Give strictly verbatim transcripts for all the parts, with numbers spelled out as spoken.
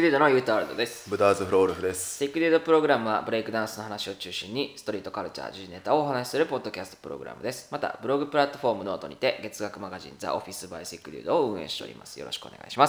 デュードのユータワールドです。 ブターズフロールフです。 シックデュードプログラムはブレイクダンスの話を中心にストリートカルチャー、時事ネタをお話しするポッドキャストプログラムです。またブログプラットフォームノートにて月額マガジンザオフィスバイシックデュードを運営しております。よろしくお願いします。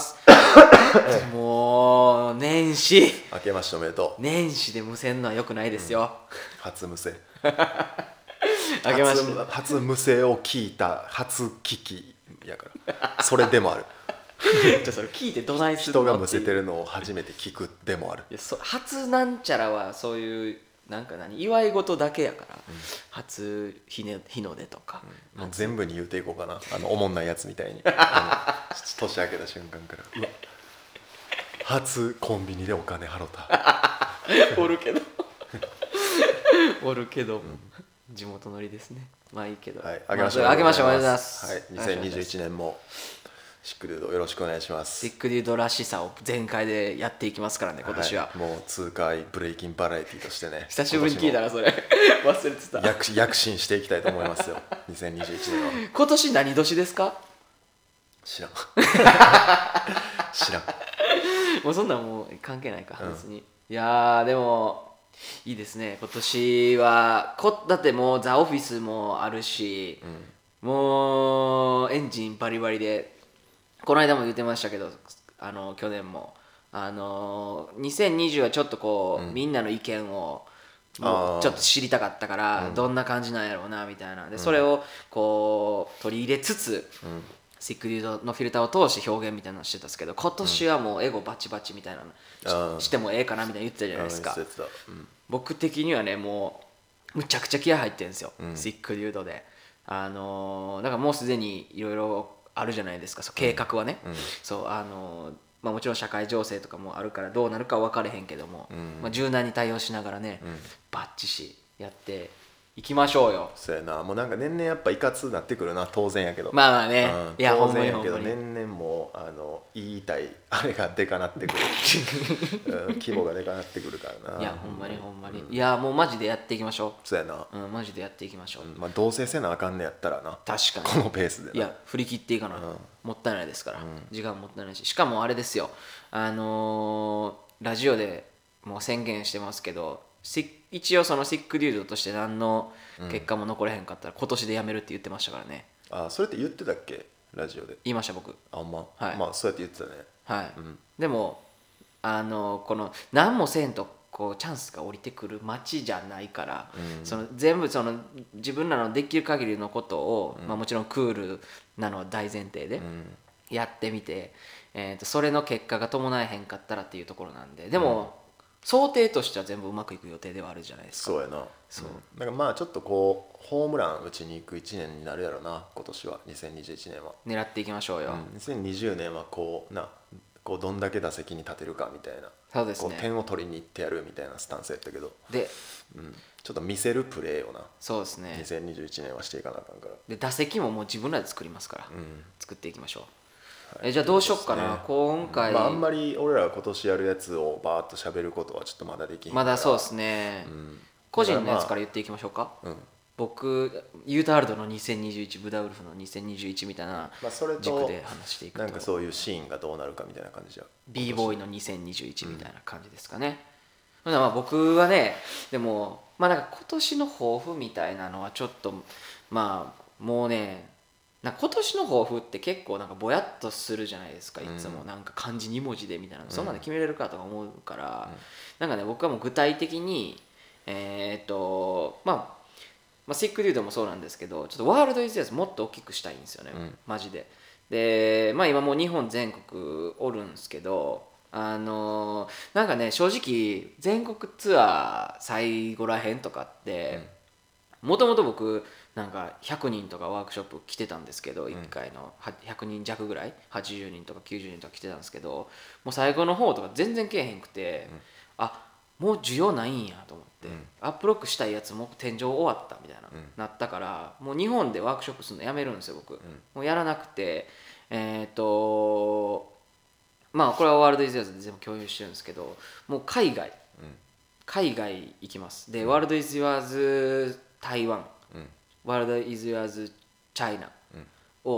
もう年始明けましておめでとう。 年始でむせんのは良くないですよ、うん、 初むせ明けまして初、初むせを聞いた初聞きやからそれでもあるじゃそれ聞いてどないするの人がむせてるのを初めて聞くでもある。 いやそ初なんちゃらはそういうなんか何祝い事だけやから、うん、初日, ね、日の出とか、 うん、もう全部に言うていこうかな、あのおもんないやつみたいに年明けた瞬間からうわ初コンビニでお金払ったおるけどおるけど、うん、地元乗りですね。まあいいけど、 はい、 あげましょう、あげましょう、おめでとうございます。 はい、にせんにじゅういちねんもシックデュードよろしくお願いします。 シックデュードらしさを全開でやっていきますからね、今年は、 はい、もう痛快ブレイキンバラエティとしてね、 久しぶりに聞いたらそれ忘れてた。 躍躍進していきたいと思いますよにせんにじゅういちねんは。 今年何年ですか？ 知らん知らんもうそんなんもう関係ないか、別に、うん、いやーでもいいですね今年はこ。だってもうザ・オフィスもあるし、うん、もうエンジンバリバリで、この間も言ってましたけど、あの去年もあのにせんにじゅうはちょっとこう、うん、みんなの意見をもうちょっと知りたかったから、うん、どんな感じなんやろうなみたいなで、それをこう取り入れつつ、うん、シックデュードのフィルターを通して表現みたいなのしてたんですけど、今年はもうエゴバチバチみたいなの し, してもええかなみたいな言ってたじゃないですか、うん、僕的にはねもうむちゃくちゃ気合入ってるんですよ、うん、シックデュードで。あのー、だからもうすでにいろいろあるじゃないですか、そう計画はね、うんうん、そうあのーまあ、もちろん社会情勢とかもあるからどうなるか分かれへんけども、うんまあ、柔軟に対応しながらね、うん、バッチシやって行きましょうよ。 そうやな、もうなんか年々やっぱいかつなってくるな、当然やけど。 まあまあね、 うん、いや当然やけど年々もうあの言いたいあれがでかなってくる、うん、規模がでかなってくるからな。 いやほんまにほんまに、うん、いやもうマジでやっていきましょう。 そうやな、 うん、マジでやっていきましょう、うんまあ、どうせせなあかんねやったらな、 確かにこのペースでな、 いや振り切っていかな、うん、もったいないですから、うん、時間もったいないし、しかもあれですよ、あのー、ラジオでもう宣言してますけど、一応そのシックデュードとして何の結果も残れへんかったら今年で辞めるって言ってましたからね、 うん、あそれって言ってたっけラジオで。 言いました僕。 あんま、 はい、 まあそうやって言ってたね。 はい、 うん、 でもあのこの何もせんとこうチャンスが降りてくる街じゃないから、うん、その全部その自分らのできる限りのことを、うんまあ、もちろんクールなのは大前提でやってみて、えー、とそれの結果が伴えへんかったらっていうところなんで、でも、うん想定としては全部うまくいく予定ではあるじゃないですか。 そうやな。そう、うん、だからまあちょっとこうホームラン打ちに行くいちねんになるやろな今年は。にせんにじゅういちねんは狙っていきましょうよ、 うん、にせんにじゅうねんはこうなこうどんだけ打席に立てるかみたいな、 そうですね、 こう点を取りに行ってやるみたいなスタンスやったけど、 で、 うん、ちょっと見せるプレーをな、 そうですね、 にせんにじゅういちねんはしていかなあかんから。 で打席ももう自分らで作りますから、うん、作っていきましょう。 はい、 えじゃあどうしよっかな、ね、今回、 まあ、あんまり俺らが今年やるやつをバーッと喋ることはちょっとまだできんから。 まだそうですね、うん、個人のやつから言っていきましょうか、まあうん、僕ユータワールドのにせんにじゅういち、ブダウルフのにせんにじゅういちみたいな軸で話していくと、 まあ、なんかそういうシーンがどうなるかみたいな感じじゃ b ボーイのにせんにじゅういちみたいな感じですかね、うん、まあ僕はねでもまあなんか今年の抱負みたいなのはちょっとまあもうねなんか今年の抱負って結構なんかぼやっとするじゃないですか、いつもなんか漢字に文字でみたいな、うん、そんなの決めれるかとか思うから、うん、なんかね僕はもう具体的にえー、っとまあまあシックデュードもそうなんですけど、ちょっとワールドイズヤーズもっと大きくしたいんですよね、うん、マジで。でまあ今もう日本全国おるんですけど、あのー、なんかね正直全国ツアー最後らへんとかってもともと僕なんかひゃくにんとかワークショップ来てたんですけど、いっかいのひゃくにん弱ぐらいはちじゅうにんとかきゅうじゅうにんとか来てたんですけど、もう最後の方とか全然来えへんくて、うん、あもう需要ないんやと思って、うん、アップロックしたいやつも天井終わったみたいな、うん、なったからもう日本でワークショップするのやめるんですよ僕、うん、もうやらなくて、えっとまあこれはワールドイズヤーズで全部共有してるんですけど、もう海外、うん、海外行きます。で、ワールドイズヤーズ台湾、ワールドイズヤーズチャイナを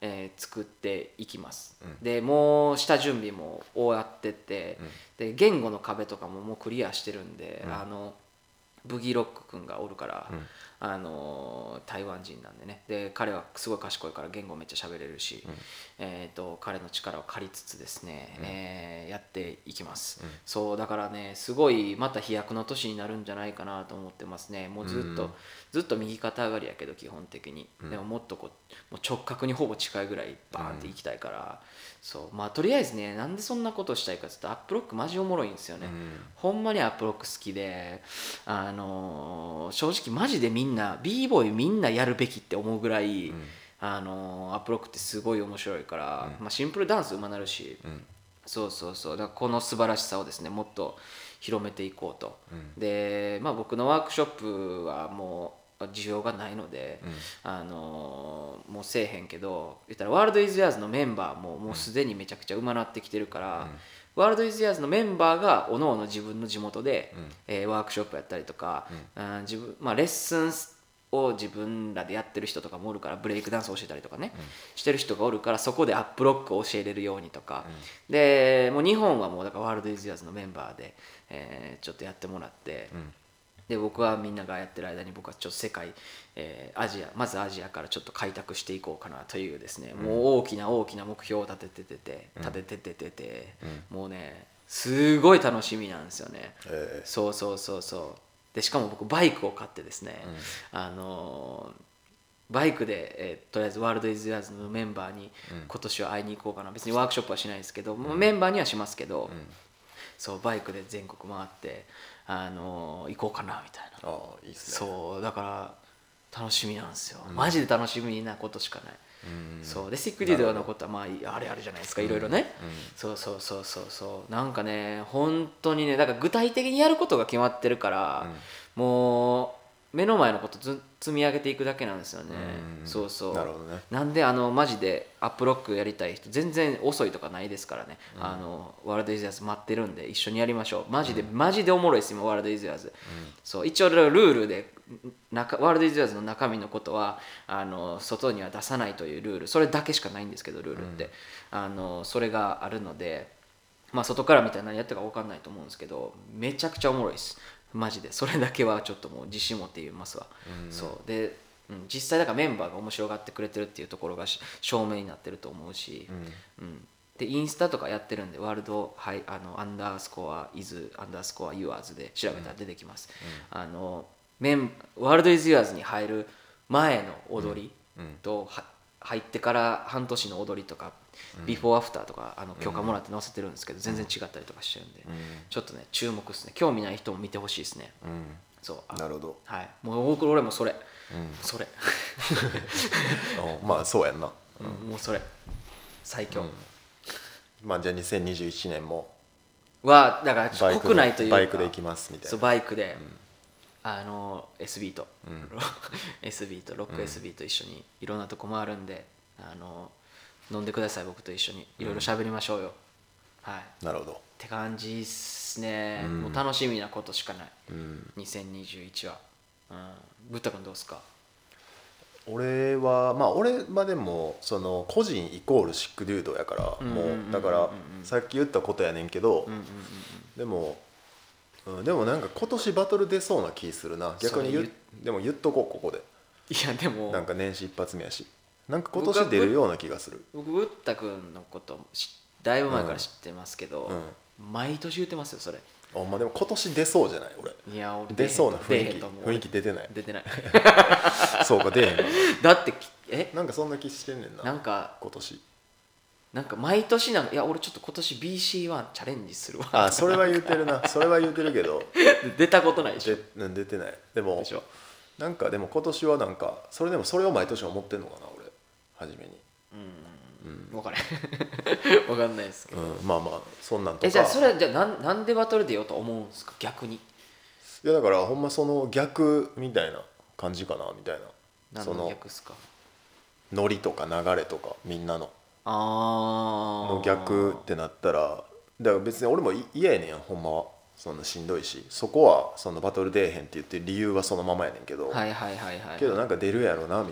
えー作っていきます、 うんでもう下準備も終わってて、 うんで言語の壁とかももうクリアしてるんで、 うん、 あのブギーロック君がおるから、 うんあの台湾人なんでね、で彼はすごい賢いから言語めっちゃ喋れるし、 うんえー、と彼の力を借りつつですね、 うんえーやっていきます、 うんそうだからねすごいまた飛躍の年になるんじゃないかなと思ってますね。もうずっと、 うんずっと右肩上がりやけど基本的に、 うんでももっとこうもう直角にほぼ近いぐらいバーンっていきたいから、そうまあとりあえずねなんでそんなことしたいかって言うとアップロックマジおもろいんですよね、 うんほんまにアップロック好きで、あのー正直マジでみんな b ボーイみんなやるべきって思うぐらい、 うんあのーアップロックってすごい面白いから、 うんまあ、シンプルダンスうまなるし、 うんそうそうそうだからこの素晴らしさをですねもっと広めていこうと、 うんで、まあ、僕のワークショップはもう需要がないので、 うんあのーもうせえへんけど言ったらワールドイズヤーズのメンバーももうすでにめちゃくちゃうまなってきてるから、ワールドイズヤーズのメンバーがおのおの自分の地元で、 うんえーワークショップやったりとか、 うあー自分まあ、レッスンを自分らでやってる人とかもおるからブレイクダンスを教えたりとかね、してる人がおるからそこでアップロックを教えれるようにとか、でもう日本はもうだからワールドイズヤーズのメンバーで、えーちょっとやってもらって、 うんで僕はみんながやってる間に僕はちょっと世界、えーアジアまずアジアからちょっと開拓していこうかなというですね、もう大きな大きな目標を立てててて立ててててて、もうねすごい楽しみなんですよね、 えーそうそうそうそうでしかも僕バイクを買ってですね、あのーバイクで、えーとりあえずワールドイズヤーズのメンバーに今年は会いに行こうかな、別にワークショップはしないですけど、もうメンバーにはしますけど、そうバイクで全国回って、あのー行こうかなみたいな、 ああいいっすねそうだから楽しみなんですよ、マジで楽しみなことしかない、 うんそうでシックディドのことはまああれあるじゃないですか、いろいろね、 うんそうそうそうそうそうなんかね本当にねだから具体的にやることが決まってるから、もう目の前のことず積み上げていくだけなんですよね、 うんそうそうなるほどねなんであのマジでアップロックやりたい人全然遅いとかないですからね、あのワールドイズヤーズ待ってるんで一緒にやりましょう、マジで、マジでおもろいです今ワールドイズヤーズ、そう一応ルールで中ワールドイズヤーズの中身のことはあの外には出さないというルール、それだけしかないんですけどルールって、あのそれがあるので、まあ外から見たら何やってるか分かんないと思うんですけどめちゃくちゃおもろいですマジで、それだけはちょっともう自信持って言いますわ、そうで、うん、実際だからメンバーが面白がってくれてるっていうところが証明になってると思うし、うんでインスタとかやってるんでワールドハイあのアンダースコアイズアンダースコアユアーズで調べたら出てきます、あのメンワールドイズユアーズに入る前の踊りと、は入ってから半年の踊りとか、ビフォーアフターとかあの許可もらって載せてるんですけど、全然違ったりとかしてるんで、ちょっとね注目ですね、興味ない人も見てほしいですね、そうなるほどはいもう僕俺もそれ、それあまあそうやんな、 うん、もうそれ最強、 まあじゃあにせんにじゅういちねんもはだからバイクで国内というかバイクで行きますみたいなそうバイクで、あの エスビー と、エスビー とロック エスビー と一緒にいろんなとこ回るんで、あの飲んでください僕と一緒にいろいろ喋りましょうよ、はいなるほどって感じっすね、もう楽しみなことしかない、にせんにじゅういちは、うん、ブッダ君どうですか？ 俺はまあ俺はでもその個人イコールシックデュードやからもうだからさっき言ったことやねんけどでもうんでもなんか今年バトル出そうな気するな逆に言でも言っとこうここでいやでもなんか年始一発目やしなんか今年出るような気がする僕ブッダ君のことだいぶ前から知ってますけど、毎年言ってますよそれ。 あまあでも今年出そうじゃない俺いや俺出そうな雰囲気出雰囲気出てない出てないそうか出えへんかだってえななんかそんな気してんねんななんか今年なんか毎年なんかいや俺ちょっと今年 ビーシーワン チャレンジするわあそれは言ってるなそれは言ってるけど出たことないでしょで出てないでもでしょなんかでも今年はなんかそれでもそれを毎年思ってんのかな俺初めに分からへん分かんないですけど、 うん、まあまあそんなんとかえじゃあそれじゃあなんなんでバトル出ようと思うんですか逆に。 いやだからほんまその逆みたいな感じかなみたいな何そのの逆っすか？ ノリとか流れとかみんなのあーの逆ってなったらだから別に俺もい嫌やねんほんまはそんなしんどいしそこはそのバトル出えへんって言ってる理由はそのままやねんけど、 はいはいはいはいけどなんか出るやろなみたいな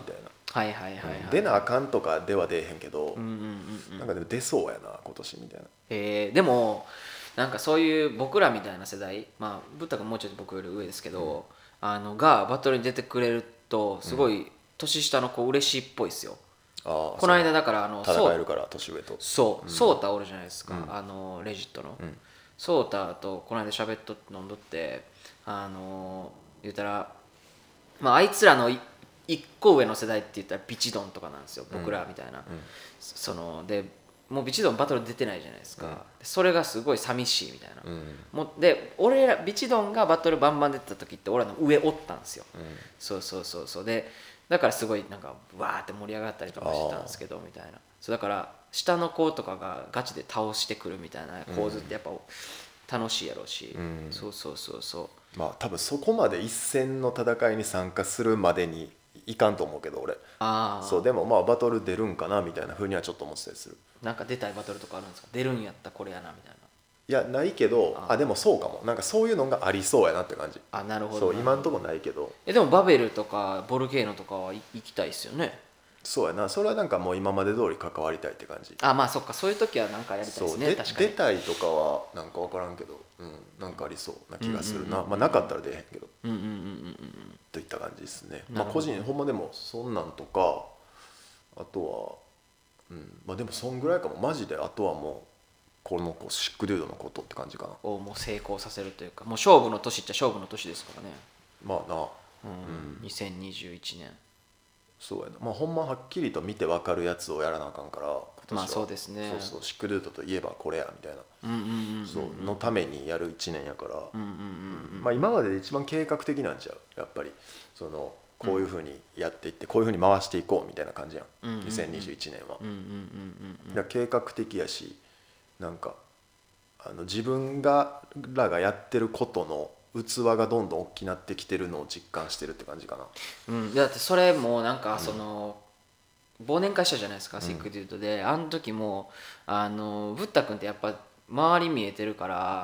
はいはいはいはい、 うん出なあかんとかでは出えへんけど、 うんうんうんうんなんかでも出そうやな今年みたいな。 えーでもなんかそういう僕らみたいな世代、まあブッダ君もうちょっと僕より上ですけど、あのがバトルに出てくれるとすごい年下の子嬉しいっぽいですよ。 ああこの間だからあのそう戦えるから年上と。 そうソータおるじゃないですか、 うんあのレジットの、 うんソータとこの間喋っとって飲んどって、あの言うたらまああいつらのい一個上の世代って言ったらビチドンとかなんですよ、僕らみたいな、 うんそのでもうビチドンバトル出てないじゃないですか、 うんそれがすごい寂しいみたいな、 うんもうで俺らビチドンがバトルバンバン出てた時って俺らの上おったんですよ、 うんそうそうそうそうでだからすごいなんかわーって盛り上がったりとかしてたんですけどみたいな、そうだから下の子とかがガチで倒してくるみたいな構図ってやっぱ楽しいやろうし、 うんそうそうそうそうまあ多分そこまで一戦の戦いに参加するまでにいかんと思うけど俺。 ああそうでもまあバトル出るんかなみたいな風にはちょっと思ってたりする。 なんか出たいバトルとかあるんですか、出るんやったらこれやなみたいいやないけど、 ああでもそうかも、なんかそういうのがありそうやなって感じ。 な、あなるほどそうなるほど今んとこないけど。 えでもバベルとかボルケーノとかは行きたいですよね。 そうやな、それはなんかもう今まで通り関わりたいって感じ。 あまあそっか、そういう時はなんかやりたいですね、 そうで出確かに。 たいとかはなんか分からんけど、うん、なんかありそうな気がするな、 うんうんうんうんまあなかったら出えへんけどうんうんうんうんうんといった感じですね。まあなるほど個人ほんまでもそんなんとか、あとはうんまあでもそんぐらいかもマジで。あとはもうこの子シックデュードのことって感じかな。 をもう成功させるというか、もう勝負の年っちゃ勝負の年ですからね。 まあな、 うん、にせんにじゅういちねん。 そうやな、まあほんまはっきりと見て分かるやつをやらなあかんから今年は。 まあそうですねそうそうシックデュードといえばこれやみたいな、 うんうんうんうんそうのためにやるいちねんやから、 うんうんうんうんまあ今までで一番計画的なんちゃうやっぱり。そのこういうふうにやっていってこういうふうに回していこうみたいな感じやん、 うんうんうんにせんにじゅういちねんは。 うんうんうんうんだから計画的やし、なんかあの自分がらがやってることの器がどんどん大きなってきてるのを実感してるって感じかな。 うんうんだってそれもなんかその、忘年会したじゃないですか、シックデュードで。あの時もあのブッダ君ってやっぱ周り見えてるから、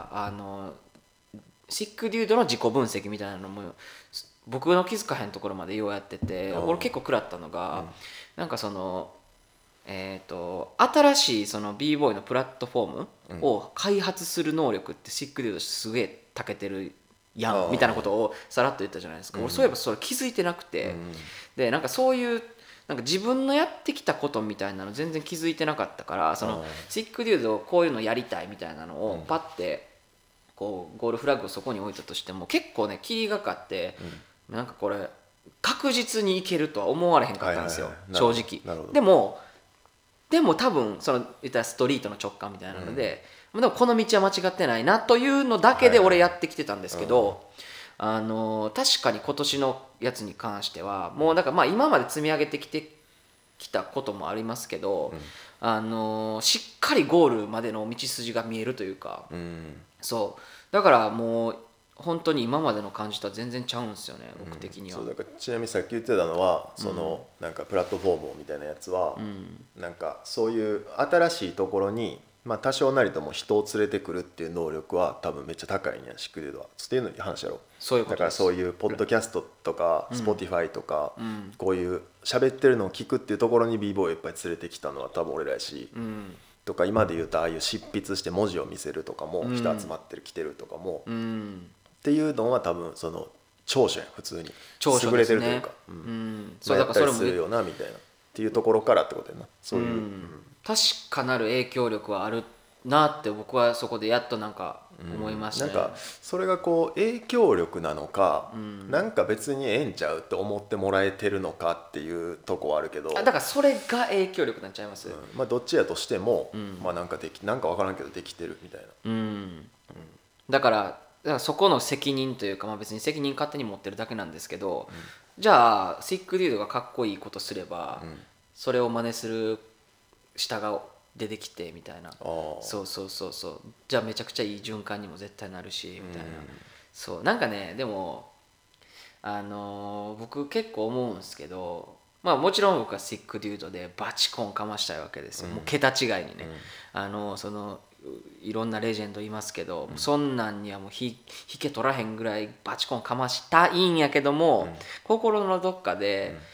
あのシックデュードの自己分析みたいなのも僕の気づかへんところまでようやってて、 あー俺結構食らったのが、 うんなんかそのえー、と新しいその b ボーイのプラットフォームを開発する能力ってシックデュードすげえ長けてるやあーんみたいなことをさらっと言ったじゃないですか、 うん俺そういえばそれ気づいてなくて、 うんでなんかそういうなんか自分のやってきたことみたいなの全然気づいてなかったから、そのあーシックデュードこういうのやりたいみたいなのうんをパッてこうゴールフラッグをそこに置いたとしても結構ね霧がかって、なんかこれ確実にいけるとは思われへんかったんですよ、 はいはいはい正直なるほどでもでも多分その言ったらストリートの直感みたいなので、でもこの道は間違ってないなというのだけで俺やってきてたんですけど、あの確かに今年のやつに関してはもうだからまあ今まで積み上げてきてきたこともありますけど、あのしっかりゴールまでの道筋が見えるというか、 うんそうだからもう本当に今までの感じとは全然ちゃうんですよね、僕的には。 そうだからちなみにさっき言ってたのはその、なんかプラットフォームみたいなやつは、 うんなんかそういう新しいところに、まあ、多少なりとも人を連れてくるっていう能力は多分めっちゃ高いんやシックデュードはっていうのに話やろ。 そういうことです。 だからそういうポッドキャストとか、 うんスポティファイとか、 うんこういう喋ってるのを聞くっていうところに b ボーイをいっぱい連れてきたのは多分俺らやし、 うんとか今で言うとああいう執筆して文字を見せるとかも、 うん人集まってる来てるとかも、っうんていうのは多分その長所やん普通に長所優ですねれてるというか、うんうんまあ、 そうだやっからそれもたりするよなみたいなっていうところからってことやな。そういうう、 ん確かなる影響力はあるなって僕はそこでやっとなんか思いましたね。 なんかそれがこう影響力なのか、 んなんか別にええんちゃうって思ってもらえてるのかっていうとこはあるけど、 あだからそれが影響力なんちゃいます。 うんまあどっちやとしても、 んまあなんかできなんか分からんけどできてるみたいな。 うん、だからだからそこの責任というか、まあ、別に責任勝手に持ってるだけなんですけど、じゃあシックデュードがかっこいいことすれば、 うんそれを真似する下が出てきてみたいな、 あーそうそうそうそうじゃあめちゃくちゃいい循環にも絶対なるしみたいな、 うんそうなんかねでもあのー僕結構思うんですけど、まあもちろん僕はシックデュードでバチコンかましたいわけですよ、 うんもう桁違いにね、 うんあのそのいろんなレジェンドいますけど、そんなんにはもう引け取らへんぐらいバチコンかましたいんやけども、 うん心のどっかで、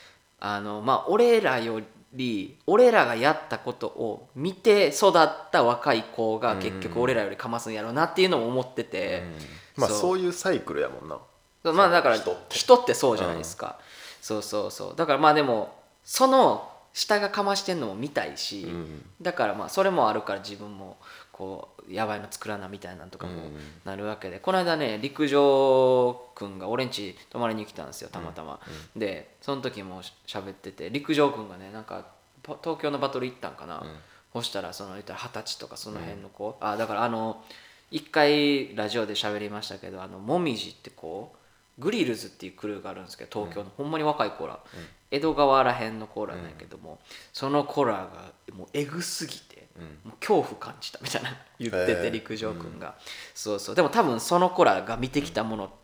あのまあ俺らより俺らがやったことを見て育った若い子が結局俺らよりかますんやろうなっていうのも思ってて、 うん、まあそういうサイクルやもんな。 まあだから人ってそうじゃないですか、うん、そうそうそうだからまあでもその下がかましてんのも見たいし、うん、だからまあそれもあるから自分もこうやばいの作らなみたいなんとかもなるわけで、うん、この間ね陸上くんが俺ん家泊まりに来たんですよたまたま、うん、でその時も喋ってて陸上くんがねなんか東京のバトル行ったんかな、うん、そしたらその言ったら二十歳とかその辺の子、うん、あだからあの一回ラジオで喋りましたけどあのもみじって子グリルズっていうクルーがあるんですけど東京の、うん、ほんまに若い子ら、うん、江戸川らへんの子らなんやけども、うん、その子らがもうエグすぎて、うん、もう恐怖感じたみたいな言ってて陸上くんが、うん、そうそうでも多分その子らが見てきたものって、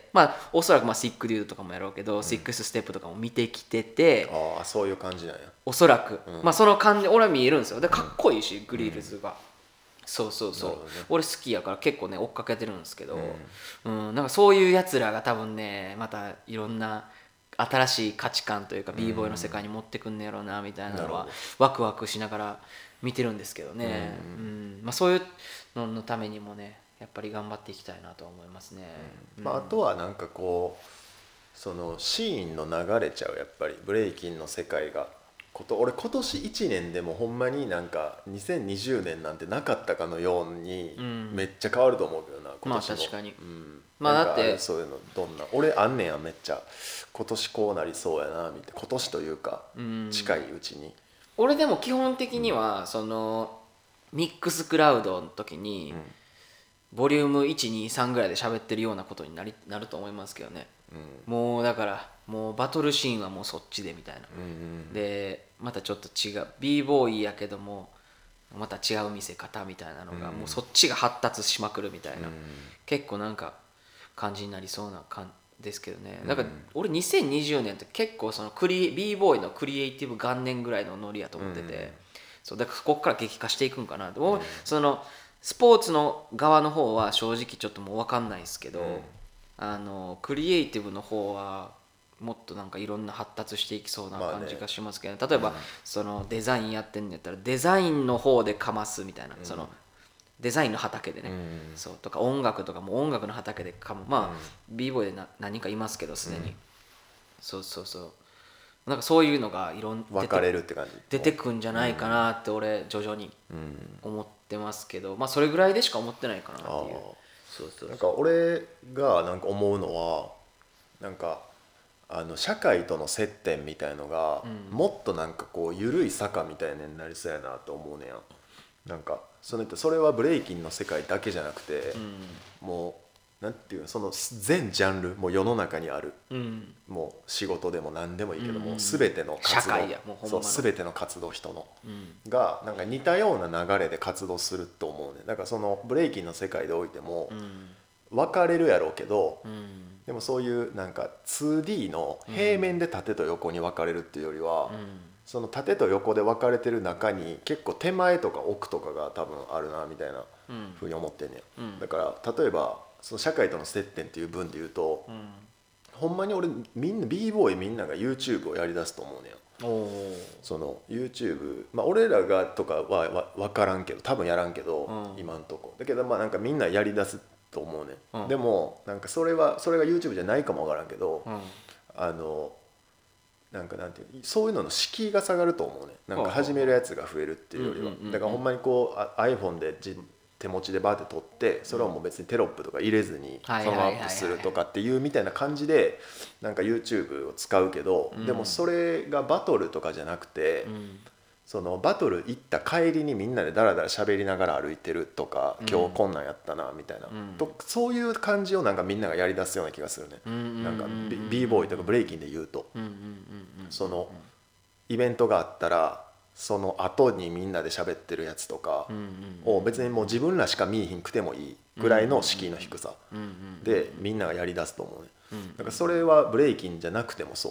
まあおそらくまあシックデュードとかもやろうけど、うん、シックスステップとかも見てきてて、 ああそういう感じなんやおそらく、うん、まあその感じ俺は見えるんですよでかっこいいし、うん、グリルズが。そうそうそう、ね、俺好きやから結構ね追っかけてるんですけど、うんうん、なんかそういうやつらが多分ねまたいろんな新しい価値観というか b ボーイの世界に持ってくんねやろうなみたいなのはワクワクしながら見てるんですけどね、うんうんまあ、そういうののためにもねやっぱり頑張っていきたいなと思いますね、 うんまあ、あとはなんかこうそのシーンの流れちゃうやっぱりブレイキンの世界がこと俺今年いちねんでもほんまになんかにせんにじゅうねんなんてなかったかのようにめっちゃ変わると思うけどな、うん、今年もまあ確かに、 うん、 まあだってそういうのどんな俺あんねんやめっちゃ今年こうなりそうやなみたいな今年というか近いうちに、うん、 俺でも基本的にはそのミックスクラウドの時に、うんボリュームいちにさんぐらいで喋ってるようなことになりなると思いますけどね、うん、もうだからもうバトルシーンはもうそっちでみたいな、うんうん、でまたちょっと違う b ボーイやけどもまた違う見せ方みたいなのが、うん、もうそっちが発達しまくるみたいな、うん、結構なんか感じになりそうな感じですけどね、うん、だから俺にせんにじゅうねんって結構そのクリ b ボーイのクリエイティブ元年ぐらいのノリやと思ってて、うん、そうだからここから激化していくんかな、うん、そのスポーツの側の方は正直ちょっともう分かんないですけど、うん、あのクリエイティブの方はもっとなんかいろんな発達していきそうな感じがしますけど、ねまあね、例えば、うん、そのデザインやってんのやったらデザインの方でかますみたいな、うん、そのデザインの畑でね、うん、そうとか音楽とかも音楽の畑でかむまあ、うん、b ボーイでな何人かいますけどすでに、うん、そうそうそうなんかそういうのがいろん分かれるって感じ出てくんじゃないかなって俺徐々に思ってますけど、まあそれぐらいでしか思ってないかなっていう。 そうそうなんか俺がなんか思うのはなんかあの社会との接点みたいのが、うん、もっとなんかこう緩い坂みたいになりそうやなと思うねや。なんかそれってそれはブレイキンの世界だけじゃなくて、うん、もうなんていうのその全ジャンルもう世の中にある、うん、もう仕事でも何でもいいけども、うん、全ての活動社会やもうほんまのそう全ての活動人の、うん、がなんか似たような流れで活動すると思うね。だからそのブレイキンの世界でおいても、うん、分かれるやろうけど、うん、でもそういうなんか ツーディー の平面で縦と横に分かれるっていうよりは、うん、その縦と横で分かれてる中に結構手前とか奥とかが多分あるなみたいなふうに思ってんねん、うん、だから例えばその社会との接点っていう分で言うと、うん、ほんまに俺みんな b ボーイみんなが YouTube をやりだすと思うねん。おその YouTube、まあ、俺らがとかは分からんけど多分やらんけど、うん、今んとこだけどまあなんかみんなやりだすと思うね、うん、でもなんかそれはそれが YouTube じゃないかも分からんけど、うん、あのなんかなんていうそういうのの敷居が下がると思うね。なんか始めるやつが増えるっていうよりは、だからほんまにこう iPhone でじ手持ちでバーって撮ってそれをもう別にテロップとか入れずにそのままアップするとかっていうみたいな感じでなんか YouTube を使うけど、でもそれがバトルとかじゃなくて、そのバトル行った帰りにみんなでダラダラ喋りながら歩いてるとか、今日こんなんやったなみたいな、とそういう感じをなんかみんながやりだすような気がするね。なんか b ボーイとかブレイキンで言うと、そのイベントがあったらその後にみんなで喋ってるやつとかを別にもう自分らしか見えひんくてもいいぐらいの敷居の低さでみんながやりだすと思うね。だからそれはブレイキンじゃなくてもそうやん。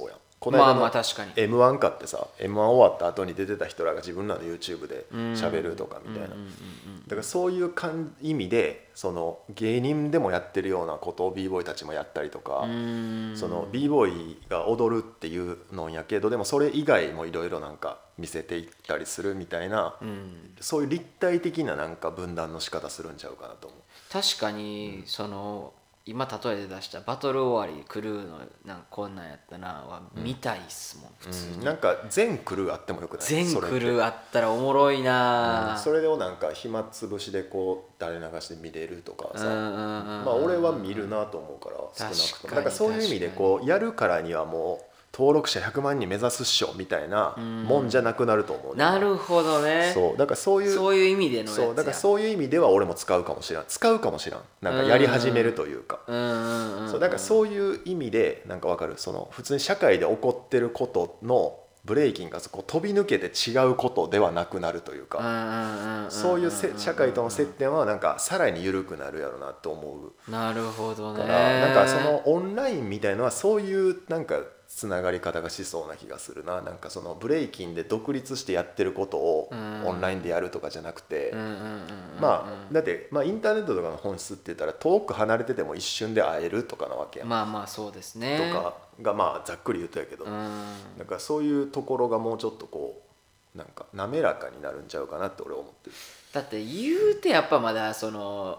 この間まあまのあ確かにエムワン かってさ エムワン 終わった後に出てた人らが自分らの YouTube で喋るとかみたいな、だからそういうかん意味でその芸人でもやってるようなことを b ボーイたちもやったりとか、その b ボーイが踊るっていうのんやけどでもそれ以外もいろいろなんか見せていったりするみたいな、そういう立体的ななんか分断の仕方するんちゃうかなと思う。 確かにその今例えで出したバトル終わりクルーのなんかこんなんやったなは見たいっすもん、普通に、 うん、なんか全クルーあってもよくない？ 全クルーあったらおもろいな、 うん、それをなんか暇つぶしでこう垂れ流しで見れるとかさ、 うんうんうんうん、 まあ俺は見るなと思うから少なくともだからそういう意味で確こうやるからにはもう登録者ひゃくまんにん目指すっしょみたいなもんじゃなくなると思うね。 なるほどね。 そうだからそういうそういう意味でのやつや。 そうだからそういう意味では俺も使うかもしれん使うかもしれんなんかやり始めるというか、 うんうんうん、 そうだからそういう意味でなんか分かる、その普通に社会で起こってることのブレイキンがこう飛び抜けて違うことではなくなるというか、そういうせ社会との接点はなんかさらに緩くなるやろなと思う。 なるほどね。 からなんかそのオンラインみたいのはそういうなんかつながり方がしそうな気がするな。なんかそのブレイキンで独立してやってることをオンラインでやるとかじゃなくて、まあだってまあインターネットとかの本質って言ったら遠く離れてても一瞬で会えるとかなわけやん。 まあまあそうですね。 とかがまあざっくり言うとやけど、だからそういうところがもうちょっとこうなんか滑らかになるんちゃうかなって俺は思ってる。 だって言うてやっぱまだその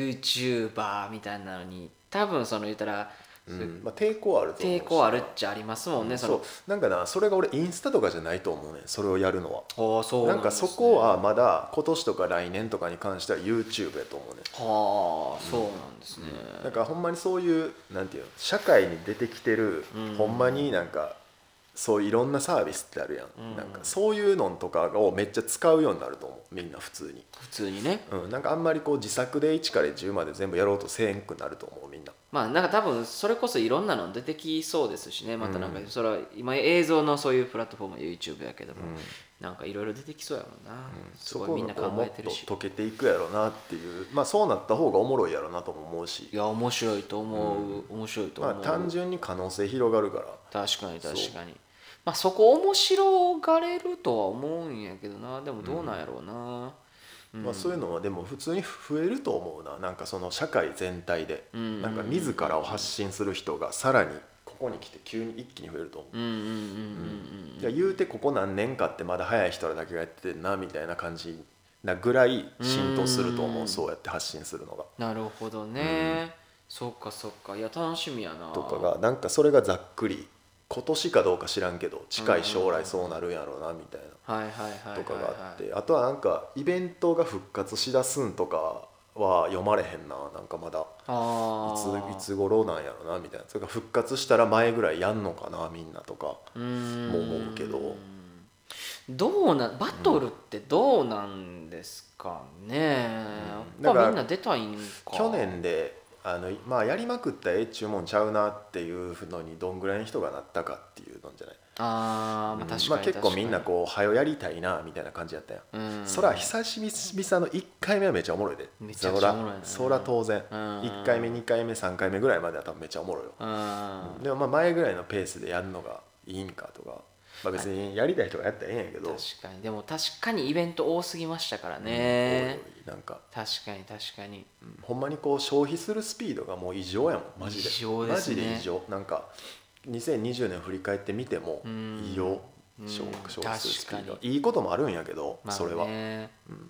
YouTuber みたいなのに多分その言ったら、 うんまあ、抵抗あると思うし抵抗あるっちゃありますもんね、 うん、 そのそうなんかなそれが俺インスタとかじゃないと思うねそれをやるのは。 あそうなんですね、 なんかそこはまだ今年とか来年とかに関しては YouTube やと思うね。 はあそうなんですね、 うん、なんかほんまにそういうなんていうの社会に出てきてる、うん、ほんまになんかそういういろんなサービスってあるやん、うん、なんかそういうのとかをめっちゃ使うようになると思うみんな普通に普通にね、 うん、なんかあんまりこう自作でいちからじゅうまで全部やろうとせえんくなると思うみんな。 まあなんか多分それこそいろんなの出てきそうですしね、またなんかそれは今映像のそういうプラットフォームは YouTube やけども、うん、なんかいろいろ出てきそうやもんな、うん、すごいみんな考えてるしそこがこうもっと溶けていくやろなっていう、まあそうなった方がおもろいやろなとも思うし、 いや面白いと思う、うん、面白いと思う、 まあ単純に可能性広がるから。 確かに確かにまあそこ面白がれるとは思うんやけどな、でもどうなんやろうな、うんうんまあ、そういうのはでも普通に増えると思うな。なんかその社会全体で、うん、なんか自らを発信する人がさらにここに来て急に一気に増えると思う。言うてここ何年かってまだ早い人らだけがやってんなみたいな感じなぐらい浸透すると思う、そうやって発信するのが。 なるほどね、うん、そっかそっか、いや楽しみやな。 とかがなんかそれがざっくり今年かどうか知らんけど近い将来そうなるんやろうなみたいなとかがあって、あとはなんかイベントが復活しだすんとかは読まれへんな。なんかまだいついつ頃なんやろなみたいな。それから復活したら前ぐらいやんのかなみんなとかも思うけど、 どうなバトルってどうなんですかね、うん、やっぱみんな出たいんか。 去年であのまあやりまくったらええっちゅうもんちゃうなっていうのにどんぐらいの人がなったかっていうのじゃない。 あ、まあ確かに、 うんまあ、結構みんなこう「はよやりたいな」みたいな感じやったやん、うん、そら久しぶりのいっかいめはめっちゃおもろいで。 めちゃくちゃおもろいね。 そら当然、うん、いっかいめにかいめさんかいめぐらいまでは多分めっちゃおもろいよ、うん、でもまあ前ぐらいのペースでやるのがいいんかとか、まあ、別にやりたい人がやったらええんやけど、 確かにでも確かにイベント多すぎましたからね、 うん、なんか確かに確かに、 うん、ほんまにこう消費するスピードがもう異常やもんマジで。 異常ですね、 マジで異常。なんかにせんにじゅうねん振り返ってみても異様、消費するスピードいいこともあるんやけど、まあね、それは、うん、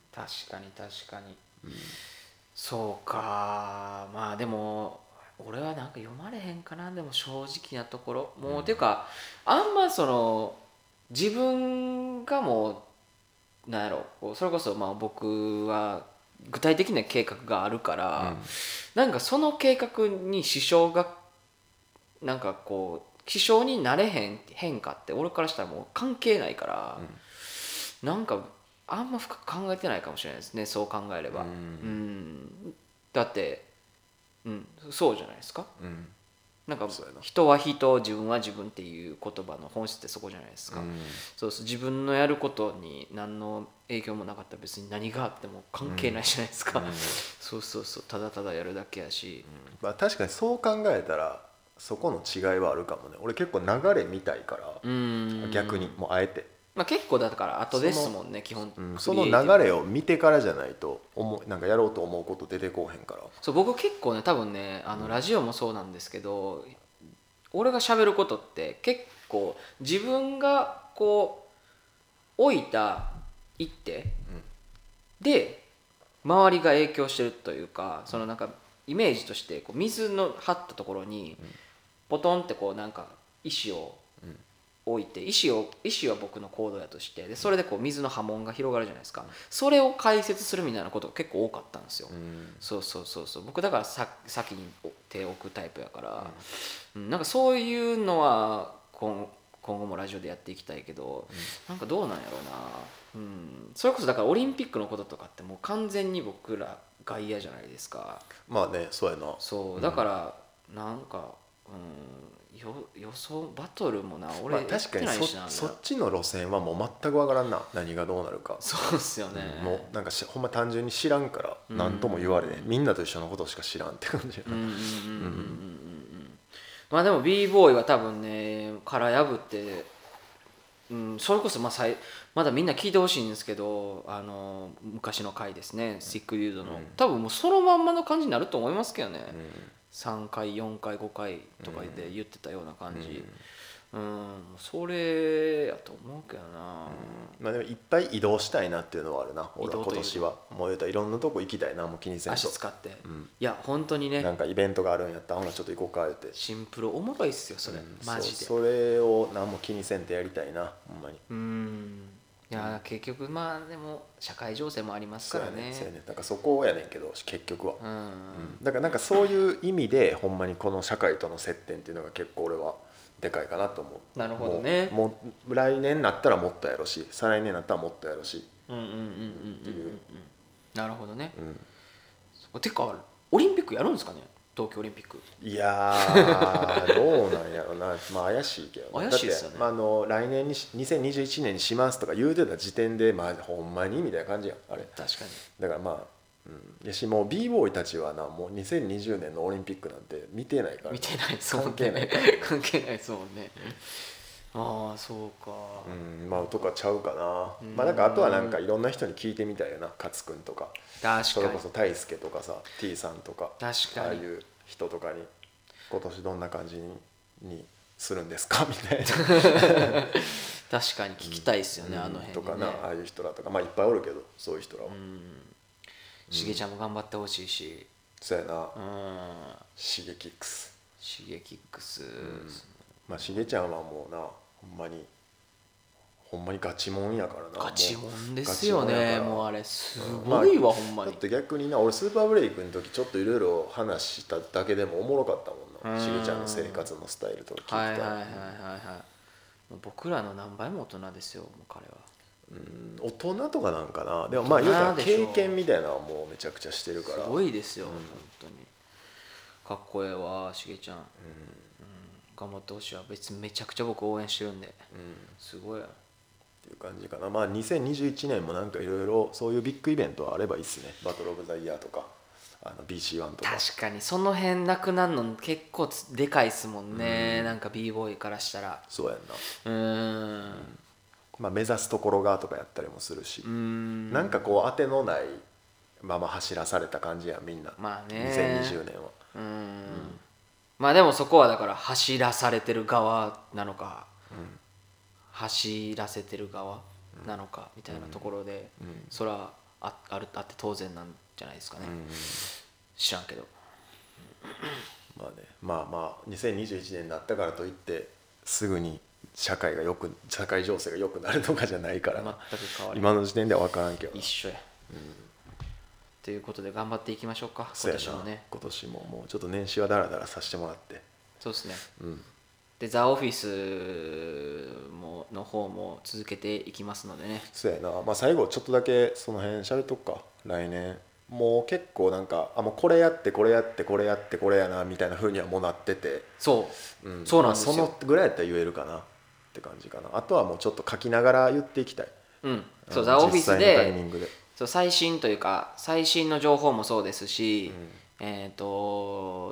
確かに確かに、うん、そうか。まあでも俺はなんか読まれへんかな。でも正直なところもう、うん、っていうかあんまその自分がもうなんやろそれこそまあ僕は具体的な計画があるから、うん、なんかその計画に支障がなんかこう支障になれへん変化って俺からしたらもう関係ないから、うん、なんかあんま深く考えてないかもしれないですね、そう考えれば。うん、うん、だって、うん、そうじゃないですか、うん、なんか人は人自分は自分っていう言葉の本質ってそこじゃないですか、うん、そうそう自分のやることに何の影響もなかったら別に何があっても関係ないじゃないですか、うん、そうそうそうただただやるだけやし、 うんまあ、確かにそう考えたらそこの違いはあるかもね。俺結構流れ見たいから、 うん、 逆にもうあえて、 まあ、結構だから後ですもんね基本、 うん、その流れを見てからじゃないと思なんかやろうと思うこと出てこうへんから。 そう僕結構ね多分ねあのラジオもそうなんですけど、うん、俺が喋ることって結構自分がこう置いた一手で周りが影響してるというか、そのなんかイメージとしてこう水の張ったところにポトンってこうなんか石を置いて、石を石は僕の行動やとして、でそれでこう水の波紋が広がるじゃないですか。それを解説するみたいなことが結構多かったんですよ。うん、そうそうそうそう。僕だからさ先に手を置くタイプやから、うん、なんかそういうのは今今後もラジオでやっていきたいけど、うん、なんかどうなんやろうな。うん、それこそだからオリンピックのこととかってもう完全に僕ら外野じゃないですか。 まあね、そうやな。 そうだからなんか、うん、よ予想バトルもな俺やってないしな、 まあ、確かに そ, そっちの路線はもう全く分からんな、何がどうなるか。 そうっすよね、 うん、もうなんかほんま単純に知らんから何とも言われへん、うん、みんなと一緒のことしか知らんって感じやな。 まあでも b ボーイは多分ね殻破って、うん、それこそまあさいまだみんな聞いてほしいんですけど、あの昔の回ですね、スティックデュードの、うん、多分もうそのまんまの感じになると思いますけどね、うん、さんかいよんかいごかいとかで言ってたような感じ、うん、うん、それやと思うけどな、 うん、まあでもいっぱい移動したいなっていうのはあるな俺は今年は。もう言うたらいろんなとこ行きたいな、もう気にせんと足使って、 うん、 いや本当にね、 なんかイベントがあるんやったらほなちょっと行こうかってシンプルおもろいっすよそれ、うん、マジでそ, それを何も気にせんとやりたいなほんまに。 うん、いや結局まあでも社会情勢もありますからね。そうやね、 そうやね、だからそこやねんけど結局は、うんうん、だからなんかそういう意味でほんまにこの社会との接点っていうのが結構俺はでかいかなと思う。 なるほどね。 もう、もう来年になったらもっとやろうし、再来年になったらもっとやろうし、 うんうんうんうんうんうん、なるほどね、うん、てかオリンピックやるんですかね、東京オリンピック。 いやーどうなんやろな、まあ怪しいけど、ね、 怪しいですよね。 だって、まあ、あの来年ににせんにじゅういちねんにしますとか言うてた時点で、まあ、ほんまにみたいな感じやんあれ。 確かに。 だからまあ、うん、やしもう b ボーイたちはなもうにせんにじゅうねんのオリンピックなんて見てないから、 見てないそう、ね、 関係ないから、 関係ないですもんね。ああそうか、 うん、まあとかちゃうかな。まあなんかあとはなんかいろんな人に聞いてみたいよな、勝君とか、 確かにそれこそ大輔とかさ T さんとか、 確かにああいう人とかに今年どんな感じににするんですかみたいな確かに聞きたいですよね、うん、あの辺にねとかな、ああいう人らとかまあいっぱいおるけど、そういう人らは、うん、 しげちゃんも頑張ってほしいし、 そうやな、うん、シゲキックスシゲキックス、うん、 まあしげちゃんはもうなほんまにほんまにガチモンやからな。 ガチモンですよね、もうあれすごいわ、まあ、ほんまに。 だって逆にな俺スーパーブレイクの時ちょっといろいろ話しただけでもおもろかったもんな、しげちゃんの生活のスタイルとか聞いてたら、はいはいはいはいはい、 僕らの何倍も大人ですよもう彼は。 うん、大人とかなんかな、でもまあ言うたら経験みたいなのはもうめちゃくちゃしてるから、 すごいですよ、うん、本当にかっこええわしげちゃん、うんうん、頑張ってほしいわ。別にめちゃくちゃ僕応援してるんで、うん、すごいやっていう感じかな。まあにせんにじゅういちねんもなんかいろいろそういうビッグイベントはあればいいっすね。バトルオブザイヤーとかあの ビーシーワン とか。 確かにその辺なくなるの結構でかいっすもんね、うん、なんか b ボーイからしたら。 そうやんな。 うーん、 まあ目指すところがとかやったりもするし、うんなんかこう当てのないまま走らされた感じやみんな、 まあね、 にせんにじゅうねんは。 うん、うん、まあでもそこはだから走らされてる側なのか、うん、走らせてる側なのかみたいなところで、うんうん、それは あ, あ, るあって当然なんじゃないですかね、うんうん、知らんけど、 まあね、まあまあにせんにじゅういちねんになったからといってすぐに社会がよく社会情勢が良くなるとかじゃないから、全く変わり今の時点では分からんけど一緒や、うん、ということで頑張っていきましょうか今年もね。 今年ももうちょっと年始はダラダラさせてもらって。 そうですね、うん、でザ・オフィスもの方も続けていきますのでね。 そうやな、まあ、最後ちょっとだけその辺喋っとくか。来年もう結構なんかあもうこれやってこれやってこれやってこれやなみたいな風にはもうなってて、 そう、うん、そうなんですよ、 まあ、そのぐらいやったら言えるかなって感じかな。あとはもうちょっと書きながら言っていきたい。 うん、そうザ・オフィスでそう最新というか最新の情報もそうですし、うん、えっ、ー、と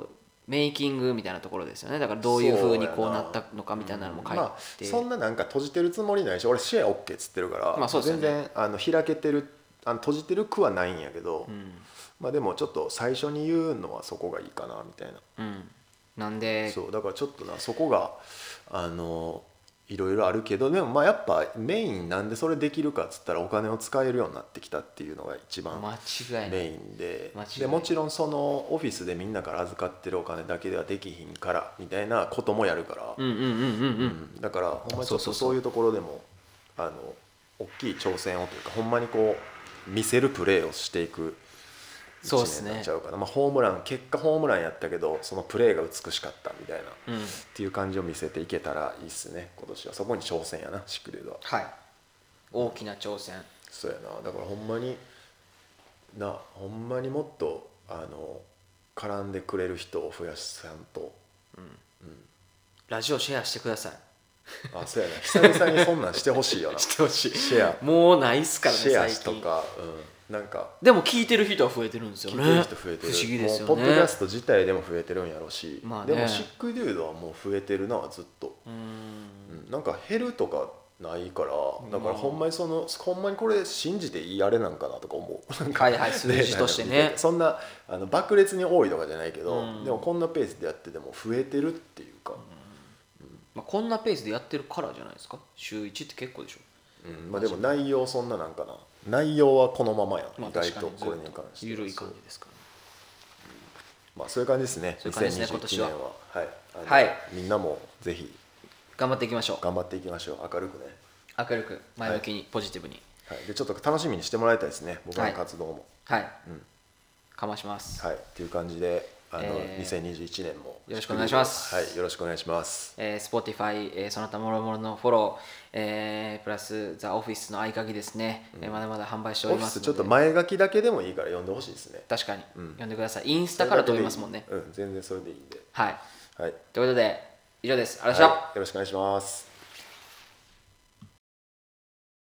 メイキングみたいなところですよね。だからどういう風にこうなったのかみたいなのも書いて、 まあ、そんななんか閉じてるつもりないし、俺シェア OK っつってるから、 まあそうですよね、 全然あの開けてる、あの閉じてる句はないんやけど、 うん、 まあでもちょっと最初に言うのはそこがいいかなみたいな、 うん、なんでそうだからちょっとなそこがあのいろいろあるけど、でもまあやっぱメインなんでそれできるかっつったらお金を使えるようになってきたっていうのが一番間違いないメインで、 間違いないでもちろんそのオフィスでみんなから預かってるお金だけではできひんからみたいなこともやるから、 うんうんうんうんうん、 うんだからほんまにちょっとそういうところでもあの大きい挑戦をというかほんまにこう見せるプレーをしていくいちねんになっちゃうかな、まあ、ホームラン結果ホームランやったけどそのプレーが美しかったみたいな、 うん、 っていう感じを見せていけたらいいっすね今年は。そこに挑戦やなシックデュードは。 はい、大きな挑戦。 そうやな、だからほんまになほんまにもっとあの絡んでくれる人を増やさんと、 うんうん、ラジオシェアしてください。 あ、そうやな、久々にそんなんしてほしいよなしてほしい。 シェアもうないっすからねシェア最近とか、うん、なんかでも聞いてる人は増えてるんですよね。 聞いてる人増えてる、 不思議ですよね。 もうポッドキャスト自体でも増えてるんやろうし、 まあね、 でもシックデュードはもう増えてるなずっと。 うーん、 うん、なんか減るとかないからだからほんまにそのほんまにこれ信じていいあれなんかなとか思う。なんかはいはい、数字としてね。 そんなあの爆裂に多いとかじゃないけど、 うんでもこんなペースでやってても増えてるっていうか、 まあ、こんなペースでやってるからじゃないですか。週いちって結構でしょ。 うんまあ、でも内容そんななんかな内容はこのままやん、 まあ、 意外確かにとこれに関して緩い感じですからね。 まあそういう感じですね。 そういう感じですねにせんにじゅういちねんははい、あのはいみんなもぜひ頑張っていきましょう。 頑張っていきましょう。明るくね、 明るく前向きに、ポジティブに。 はい、でちょっと楽しみにしてもらいたいですね僕の活動も。 はい、 うんかまします。 はい、っていう感じであの、 えーにせんにじゅういちねんもよろしくお願いします。 はい、よろしくお願いします。 えー、Spotify、えー、その他もろもろのフォロー、えー、プラスザ・オフィスの合鍵ですね、うんえー、まだまだ販売しておオフィりますので、 スちょっと前書きだけでもいいから読んでほしいですね。 確かに、 うん読んでください。インスタから飛びますもんね。 うん、全然それでいいんで。 はい、 はい、 ということで以上です。ありがとうございました。 はい、よろしくお願いします。